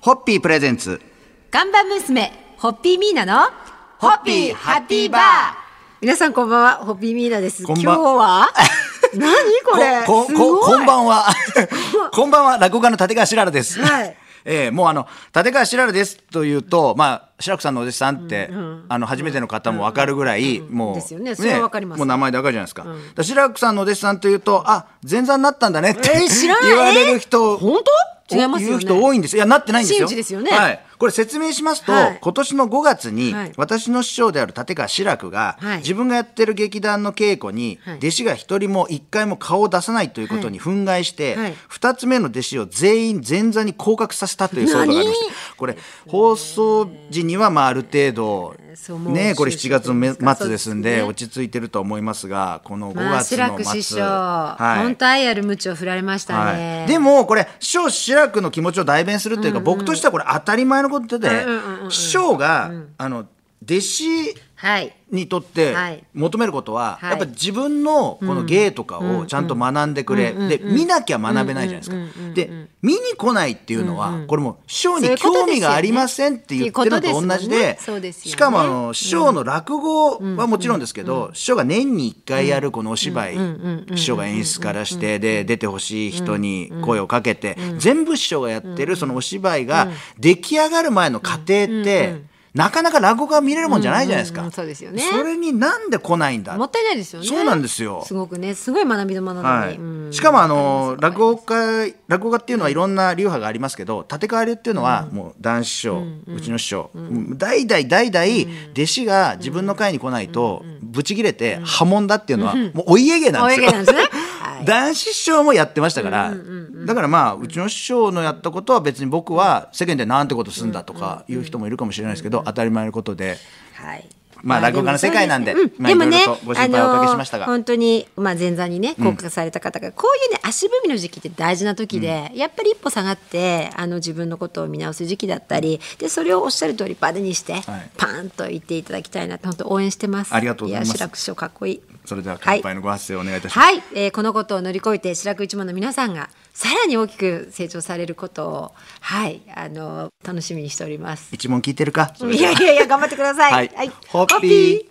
ホッピープレゼンツ看板娘ホッピーミーナのホッピーハッピーバー。 皆さんこんばんは、ホッピーミーナです。 こんばん今日は何これすごいこんばんはこんばんは、落語家の立川しららです、 はい。 もう立川しららですというと、志らくさんのお弟子さんって、初めての方も分かるぐらい、もうですよね、それは分かります。 もう名前で分かるじゃないですか。しらくさんのお弟子さんというと、前座になったんだねって知らない言われる人、 本当？違いますよね。 言う人多いんです。いや、なってないんですよ。 真打ちですよね。 はい。これ説明しますと、 はい、 今年の5月に、 はい、 私の師匠である立川志らくが、 はい、 自分がやってる劇団の稽古に、はい、弟子が一人も一回も顔を出さないということに憤慨して、はい、2つ目の弟子を全員前座に降格させたという騒動がありました。これ放送時にはある程度ね、これ7月の末ですんで落ち着いてると思いますが、この5月の末、 志らく師匠、本当愛ある鞭を振られましたね。 はい、でもこれ師匠志らくの気持ちを代弁するというか、僕としてはこれ当たり前のことで、師匠が、弟子にとって求めることは、やっぱり自分のこの芸とかをちゃんと学んでくれ、で見なきゃ学べないじゃないですか。で見に来ないっていうのは、これも師匠に興味がありませんって言ってるのと同じで、しかも師匠の落語はもちろんですけど、師匠が年に1回やるこのお芝居、師匠が演出からしてで出てほしい人に声をかけて、全部師匠がやってるそのお芝居が出来上がる前の過程ってなかなか落語が見れるもんじゃないじゃないですか。 そうですよね。 それになんで来ないんだ。 もったいないですよね。 そうなんですよ。 すごくね、すごい学びのなのに。 しかも落語家っていうのはいろんな流派がありますけど、立川流っていうのはもう談志師匠、うちの師匠、代々弟子が自分の会に来ないとブチ切れて破門だっていうのはもうお家芸なんですよ。談志師匠もやってましたから、だからうちの師匠のやったことは別に僕は世間でなんてことすんだとかいう人もいるかもしれないですけど、当たり前のことで、落語家の世界なんで、いろいろとご心配をおかけしましたが、 本当に前座にね降格された方が、こういうね足踏みの時期って大事な時で、やっぱり一歩下がって自分のことを見直す時期だったりで、それをおっしゃる通りバネにしてパーンと言っていただきたいなと本当応援してます。 ありがとうございます。 志らく師匠かっこいい。 それでは乾杯のご発声をお願いいたします。 はい、このことを乗り越えて志らく一門の皆さんがさらに大きく成長されることを、楽しみにしております。 一問聞いてるか。 いや頑張ってください。 ホッピ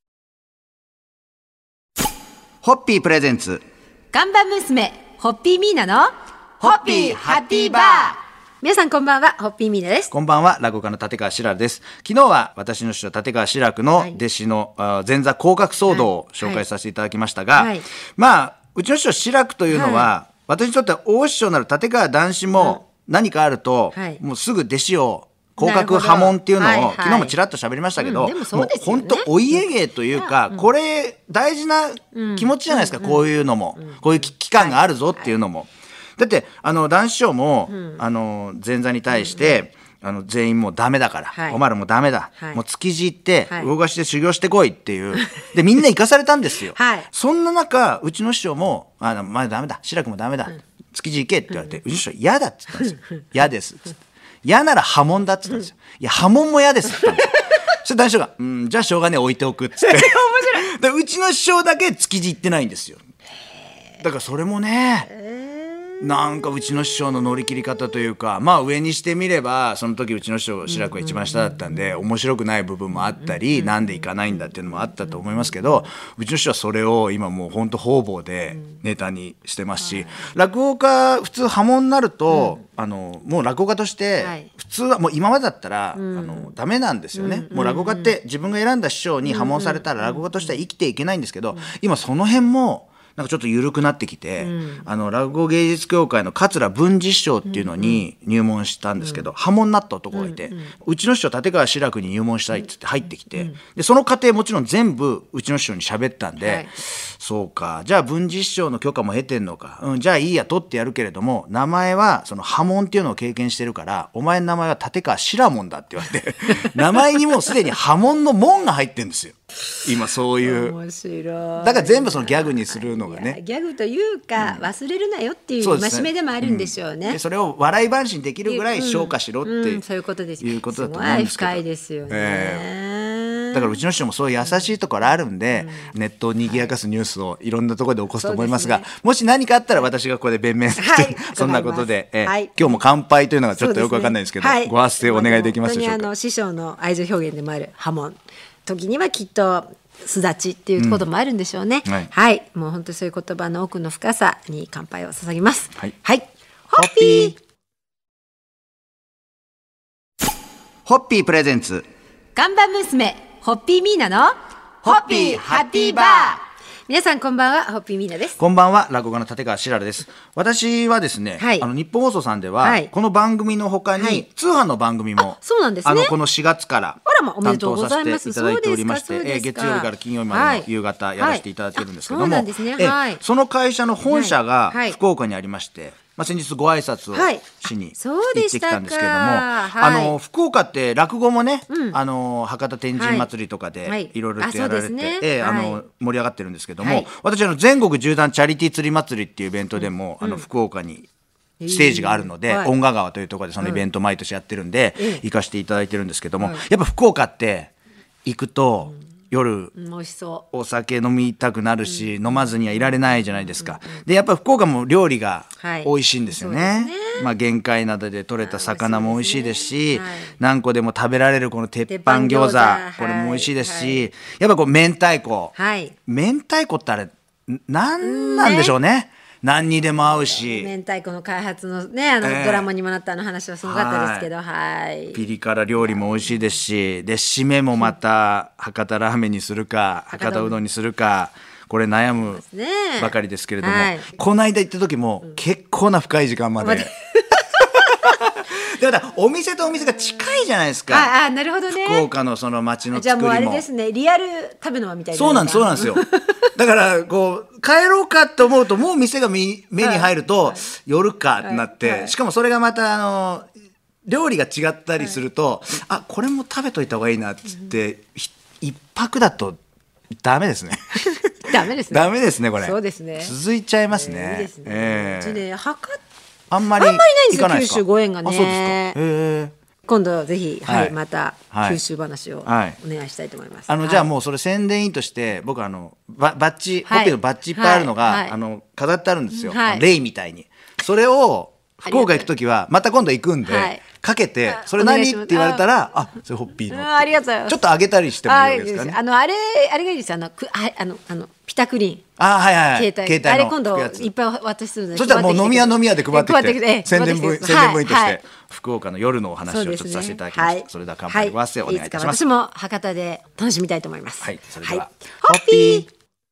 ープレゼンツ看板娘ホッピーミーナのホッピーハッピーバー。 皆さんこんばんは、ホッピーミーナです。 こんばんは、落語家の立川しららです。昨日は私の師匠立川志らくの弟子の前座降格騒動を紹介させていただきましたが、うちの師匠志らくというのは、私にとっては大師匠なる立川談志も何かあると、もうすぐ弟子を降格破門っていうのを、昨日もちらっと喋りましたけど、もう本当お家芸というか、これ大事な気持ちじゃないですか。こういうのも、こういう期間があるぞっていうのも。だって談志師匠も前座に対して全員もうダメだから、お前らもうダメだ、もう築地行って魚河岸で修行してこいっていうで、みんな行かされたんですよ。そんな中うちの師匠も「お前ダメだ、志らくもダメだ、築地行け」って言われて、うちの師匠嫌だって言ったんですよ。嫌ですっつって、嫌なら破門だって言ったんですよ。いや破門も嫌ですって言ったんですよ。そして談志師匠がじゃあしょうがねえ置いておくっつってでうちの師匠だけ築地行ってないんですよ。だからそれもね、なんかうちの師匠の乗り切り方というか、上にしてみればその時うちの師匠志らくが一番下だったんで面白くない部分もあったり、なんで行かないんだっていうのもあったと思いますけど、うちの師匠はそれを今もう本当方々でネタにしてますし、落語家普通破門になると、もう落語家として普通はもう今までだったらダメなんですよね。もう落語家って自分が選んだ師匠に破門されたら落語家としては生きていけないんですけど、今その辺もなんかちょっと緩くなってきて、落語芸術協会の桂文治師匠っていうのに入門したんですけど、破門になった男がいて、うちの師匠立川志らくに入門したいっつって入ってきて、でその過程もちろん全部うちの師匠に喋ったんで、そうか、じゃあ文治師匠の許可も得てんのか、じゃあいいや取ってやるけれども、名前はその破門っていうのを経験してるから、お前の名前は立川志ら門だって言われて名前にもうすでに破門の門が入ってるんですよ。今そういう面白い。 だから全部そのギャグにするのがね、 ギャグというか、忘れるなよっていう戒めでもあるんでしょうね。 でそれを笑い話にできるぐらい消化しろって、 そういうことです。 いうことだと思うんですけど、 すごい深いですよね。 だからうちの師匠もそういう優しいところあるんで、ネットを賑やかすニュースをいろんなところで起こすと思いますが、もし何かあったら私がここで弁明して、そんなことで、今日も乾杯というのがちょっとよくわかんないんですけど、ご発声お願いできますでしょうか。 本当に師匠の愛情表現でもあるハモン時にはきっとすだちっていうこともあるんでしょうね。もう本当にそういう言葉の奥の深さに乾杯を捧げます。ホッピーホッピープレゼンツ看板娘ホッピーミーナのホッピーハッピーバー。 皆さんこんばんは、ホッピーミーナです。 こんばんは、落語家の立川しららです。私はですね、日本放送さんでは、この番組の他に、通販の番組もそうなんですね、 この4月から担当させていただいておりまして、月曜日から金曜日までの夕方やらせていただいてるんですけども、その会社の本社が福岡にありまして、先日ご挨拶をしに行ってきたんですけれども、福岡って落語もね、博多天神祭りとかでいろいろとやられて、盛り上がってるんですけども、私全国縦断チャリティー釣り祭りっていうイベントでも、福岡にステージがあるので、遠賀川というところでそのイベント毎年やってるんで、行かせていただいてるんですけども、やっぱ福岡って行くと夜お酒飲みたくなるし、飲まずにはいられないじゃないですか。でやっぱ福岡も料理が美味しいんですよね。玄界などで採れた魚も美味しいですし、何個でも食べられるこの鉄板餃子、これも美味しいですし、やっぱこう明太子、明太子ってあれ何なんでしょうね。何にでも合うし、 明太子の開発のね、ドラマにもなった話はすごかったですけど、 ピリ辛料理も美味しいですし、で締めもまた博多ラーメンにするか博多うどんにするか、これ悩むばかりですけれども、この間行った時も結構な深い時間まででまたお店とお店が近いじゃないですか。 なるほどね。 福岡のその街の作りも。 じゃあもうあれですね、リアル食べの場みたいな。 そうなんですよ。だからこう帰ろうかと思うと、もう店が目に入ると夜かってなって、しかもそれがまた料理が違ったりすると、これも食べといた方がいいなっつって、一泊だとダメですね。 ダメですね。 ダメですねこれ。 そうですね。 続いちゃいますね。 いいですね。うちね、 あんまりないんですよ、九州ご縁がね。 そうですか。 今度ぜひ、また九州話をお願いしたいと思います。 じゃあもうそれ宣伝員として、僕バッジ、ホッピーのバッジいっぱいあるのが飾ってあるんですよ、レイみたいに。それを福岡行くときはまた今度行くんでかけて、それ何って言われたら、それホッピーのありがとうございます。 ちょっとあげたりしてもいいですかね。 あれがいいですよ。ピタクリン、 携帯のあれ今度いっぱい渡しするので、 そしたらもう飲み屋で配ってきて、宣伝部員として福岡の夜のお話をちょっとさせていただきました。それでは乾杯ご発声お願いいたします。 私も博多で楽しみたいと思います。 それではホッピ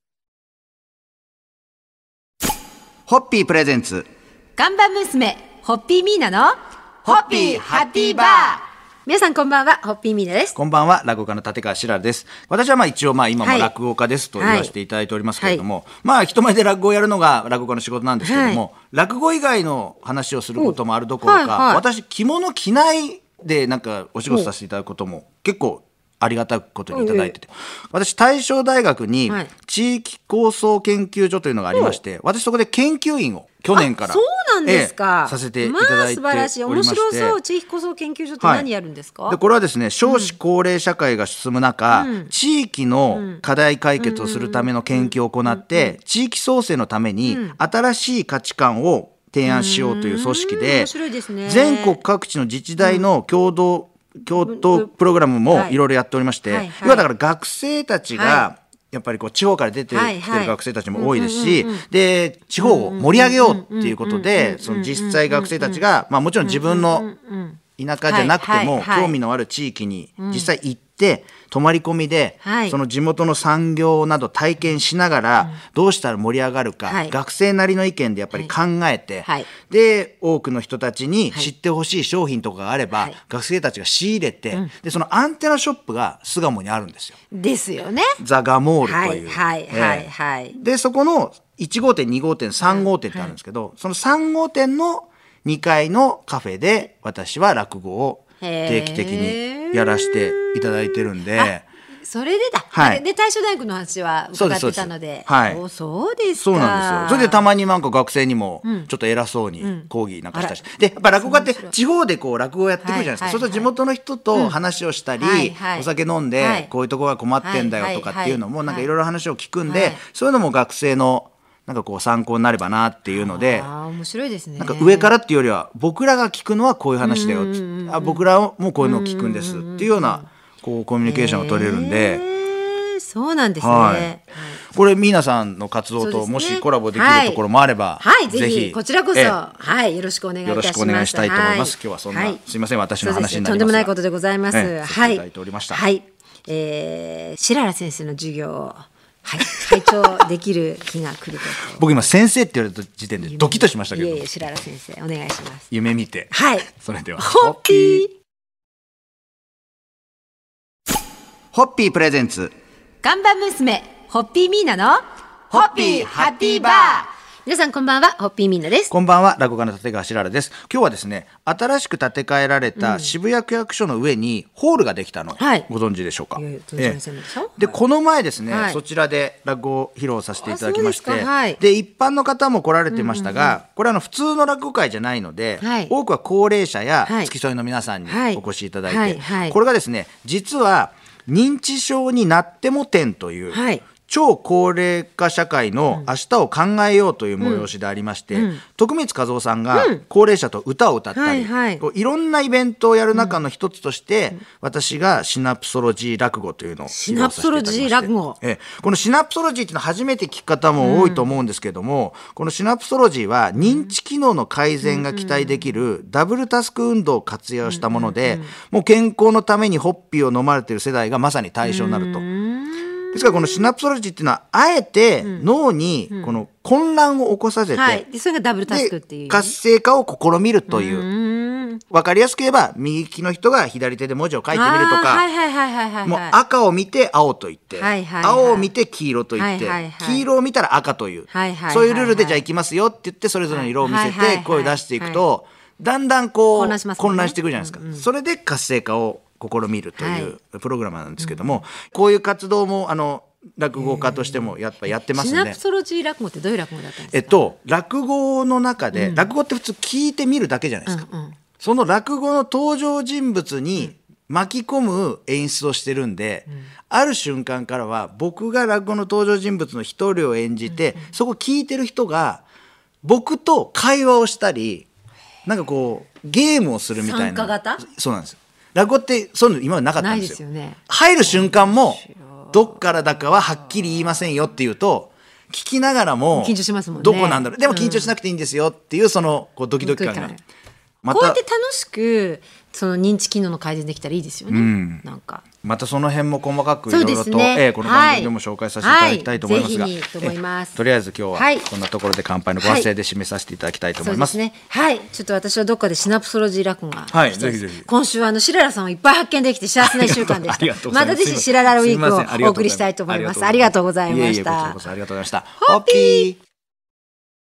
ープレゼンツ看板娘ホッピーミーナのホッピーハッピーバー。 皆さんこんばんは、ホッピーミーナです。 こんばんは、落語家の立川しららです。私は一応今も落語家ですと言わせていただいておりますけれども、人前で落語をやるのが落語家の仕事なんですけれども、落語以外の話をすることもあるどころか、私着物着ないでなんかお仕事させていただくことも結構ありがたいことにいただいてて、私大正大学に地域構想研究所というのがありまして、私そこで研究員を去年からそうなんですか、 させていただいておりまして、 素晴らしい、面白そう。地域構想研究所って何やるんですか？ でこれはですね、少子高齢社会が進む中、地域の課題解決をするための研究を行って、地域創生のために新しい価値観を提案しようという組織で、全国各地の自治体の共同プログラムもいろいろやっておりまして、要はだから学生たちがやっぱり地方から出てきてる学生たちも多いですし、で地方を盛り上げようっていうことで、その実際学生たちがもちろん自分の田舎じゃなくても興味のある地域に実際行って泊まり込みでその地元の産業など体験しながらどうしたら盛り上がるか、学生なりの意見でやっぱり考えて、で多くの人たちに知ってほしい商品とかがあれば学生たちが仕入れて、でそのアンテナショップが巣鴨にあるんですよ。 ですよね。 ザ・ガモールという。でそこの1号店2号店3号店ってあるんですけど、その3号店の2階のカフェで私は落語を定期的にやらせていただいてるんで、 それでだ、 はいで大正大学の話は伺ってたので、 はい、 そうですか。 そうなんですよ。それでたまになんか学生にもちょっと偉そうに講義なんかしたし、でやっぱ落語家って地方でこう落語をやってくるじゃないですか。そうすると地元の人と話をしたり、お酒飲んでこういうところが困ってんだよとかっていうのもなんかいろいろ話を聞くんで、そういうのも学生のなんかこう参考になればなっていうので、 面白いですね。 なんか上からっていうよりは僕らが聞くのはこういう話だよ、僕らもこういうのを聞くんですっていうようなこうコミュニケーションが取れるんで、 そうなんですね。 これ皆さんの活動ともしコラボできるところもあれば、 ぜひこちらこそ、よろしくお願いいたします。 よろしくお願いしたいと思います。今日はそんな、すいません、私の話になりますが、 とんでもないことでございます。 はい、いただいておりました。 はい、白良先生の授業を拝聴できる日が来ること。 僕今先生って言われた時点でドキッとしましたけど。 いえいえ、白良先生お願いします。 夢見て。 はい。 それではホッピー。 ホッピープレゼンツ。 看板娘ホッピーミーナのホッピーハッピーバー。 皆さんこんばんは、ホッピーミーナです。 こんばんは、落語家の立川しららです。今日はですね、新しく建て替えられた渋谷区役所の上にホールができたの、ご存知でしょうか。で、この前ですね、そちらで落語を披露させていただきまして、で一般の方も来られてましたが、これ普通の落語会じゃないので、多くは高齢者や付き添いの皆さんにお越しいただいて、これがですね、実は認知症になっても展という、超高齢化社会の明日を考えようという催しでありまして、徳光和夫さんが高齢者と歌を歌ったり、いろんなイベントをやる中の一つとして、私がシナプソロジー落語というのをシナプソロジー落語、 このシナプソロジーっていうのは初めて聞く方も多いと思うんですけども、このシナプソロジーは認知機能の改善が期待できるダブルタスク運動を活用したもので、もう健康のためにホッピーを飲まれている世代がまさに対象になると。ですからこのシナプソロジーっていうのはあえて脳にこの混乱を起こさせて、 でそれがダブルタスクっていう活性化を試みるという、分かりやすく言えば右利きの人が左手で文字を書いてみるとか、もう赤を見て青と言って、青を見て黄色と言って、黄色を見たら赤という、そういうルールでじゃあいきますよって言ってそれぞれの色を見せて声を出していくと、だんだんこう混乱していくじゃないですか。それで活性化を試みるというプログラムなんですけども、こういう活動も落語家としてもやっぱやってますね。 シナプソロジー落語ってどういう落語だったんですか。 落語の中で、落語って普通聞いてみるだけじゃないですか。その落語の登場人物に巻き込む演出をしてるんで、ある瞬間からは僕が落語の登場人物の一人を演じて、そこ聞いてる人が僕と会話をしたり、なんかこうゲームをするみたいな。 参加型？ そうなんですよ。落語ってそういうの今までなかったんですよ。 ないですよね。 入る瞬間もどっからだかははっきり言いませんよっていうと、聞きながらも緊張しますもんね。 どこなんだろう、でも緊張しなくていいんですよっていうそのこうドキドキ感が、 こうやって楽しくその認知機能の改善できたらいいですよね。なんかまたその辺も細かくいろいろと、この番組でも紹介させていただきたいと思いますが、とりあえず今日はこんなところで乾杯のご発声で締めさせていただきたいと思います。 ちょっと私はどっかでシナプソロジー落語が、 ぜひぜひ今週は白良さんをいっぱい発見できて幸せな1週間でしたまたぜひ白良ウィークをお送りしたいと思います。ありがとうございました。 ありがとうございました。ホッピー。